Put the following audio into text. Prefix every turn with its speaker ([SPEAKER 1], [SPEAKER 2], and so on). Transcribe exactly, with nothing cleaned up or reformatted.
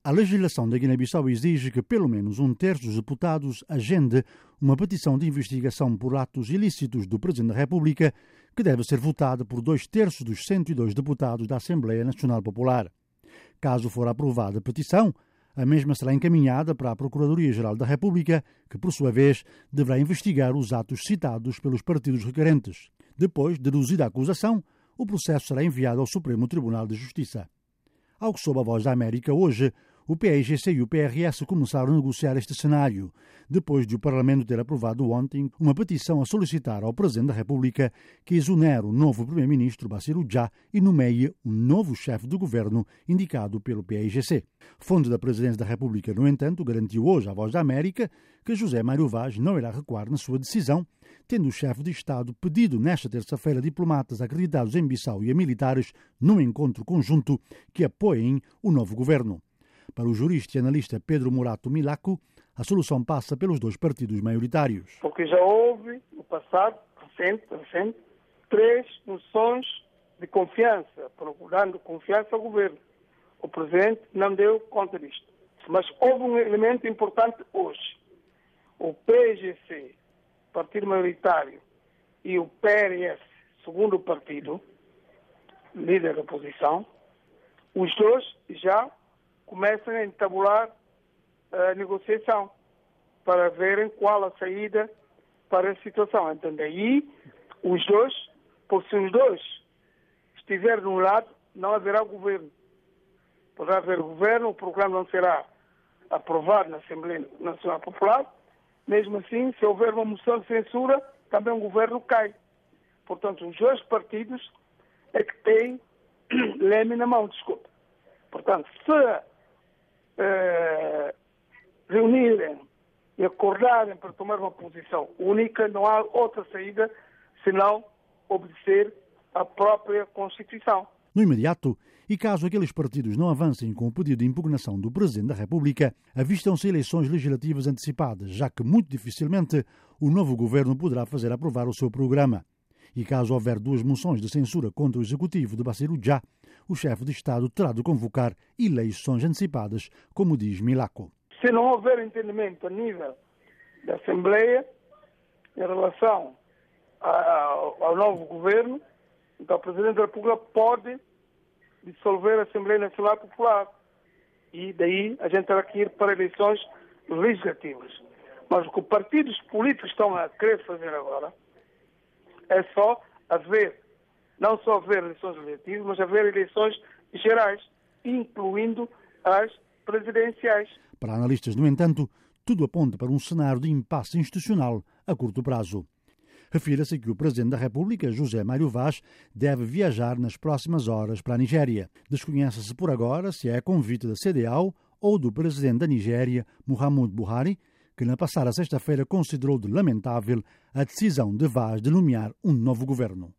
[SPEAKER 1] A legislação da Guiné-Bissau exige que pelo menos um terço dos deputados agende uma petição de investigação por atos ilícitos do Presidente da República, que deve ser votada por dois terços dos cento e dois deputados da Assembleia Nacional Popular. Caso for aprovada a petição, a mesma será encaminhada para a Procuradoria-Geral da República, que, por sua vez, deverá investigar os atos citados pelos partidos requerentes. Depois, deduzida a acusação, o processo será enviado ao Supremo Tribunal de Justiça. Ao que soube a Voz da América, hoje, o P I G C e o P R S começaram a negociar este cenário, depois de o Parlamento ter aprovado ontem uma petição a solicitar ao Presidente da República que exonere o novo Primeiro-Ministro Bassirou Dia e nomeie um novo chefe de governo indicado pelo P I G C. Fonte da Presidência da República, no entanto, garantiu hoje à Voz da América que José Mário Vaz não irá recuar na sua decisão, tendo o chefe de Estado pedido nesta terça-feira a diplomatas acreditados em Bissau e a militares num encontro conjunto que apoiem o novo governo. Para o jurista e analista Pedro Morato Milaco, a solução passa pelos dois partidos maioritários.
[SPEAKER 2] Porque já houve, no passado, recente, recente, três moções de confiança, procurando confiança ao governo. O Presidente não deu conta disto. Mas houve um elemento importante hoje. O P I G C, partido maioritário, e o P R S, segundo partido, líder da oposição, os dois já começam a entabular a negociação para verem qual a saída para a situação. Então, daí, os dois, por se os dois estiverem de um lado, não haverá governo. Poderá haver governo, o programa não será aprovado na Assembleia Nacional Popular. Mesmo assim, se houver uma moção de censura, também o governo cai. Portanto, os dois partidos é que têm leme na mão, desculpa. Portanto, se eh, reunirem e acordarem para tomar uma posição única, não há outra saída senão obedecer à própria Constituição.
[SPEAKER 1] No imediato, e caso aqueles partidos não avancem com o pedido de impugnação do Presidente da República, avistam-se eleições legislativas antecipadas, já que muito dificilmente o novo governo poderá fazer aprovar o seu programa. E caso houver duas moções de censura contra o executivo de Bassirou Dia, o chefe de Estado terá de convocar eleições antecipadas, como diz Milaco.
[SPEAKER 2] Se não houver entendimento a nível da Assembleia em relação ao, ao novo governo, então o Presidente da República pode dissolver a Assembleia Nacional Popular e daí a gente terá que ir para eleições legislativas. Mas o que os partidos políticos estão a querer fazer agora é só haver, não só haver eleições legislativas, mas haver eleições gerais, incluindo as presidenciais.
[SPEAKER 1] Para analistas, no entanto, tudo aponta para um cenário de impasse institucional a curto prazo. Refira-se que o Presidente da República, José Mário Vaz, deve viajar nas próximas horas para a Nigéria. Desconhece-se por agora se é a convite da C D A O ou do Presidente da Nigéria, Muhammadu Buhari, que na passada sexta-feira considerou de lamentável a decisão de Vaz de nomear um novo governo.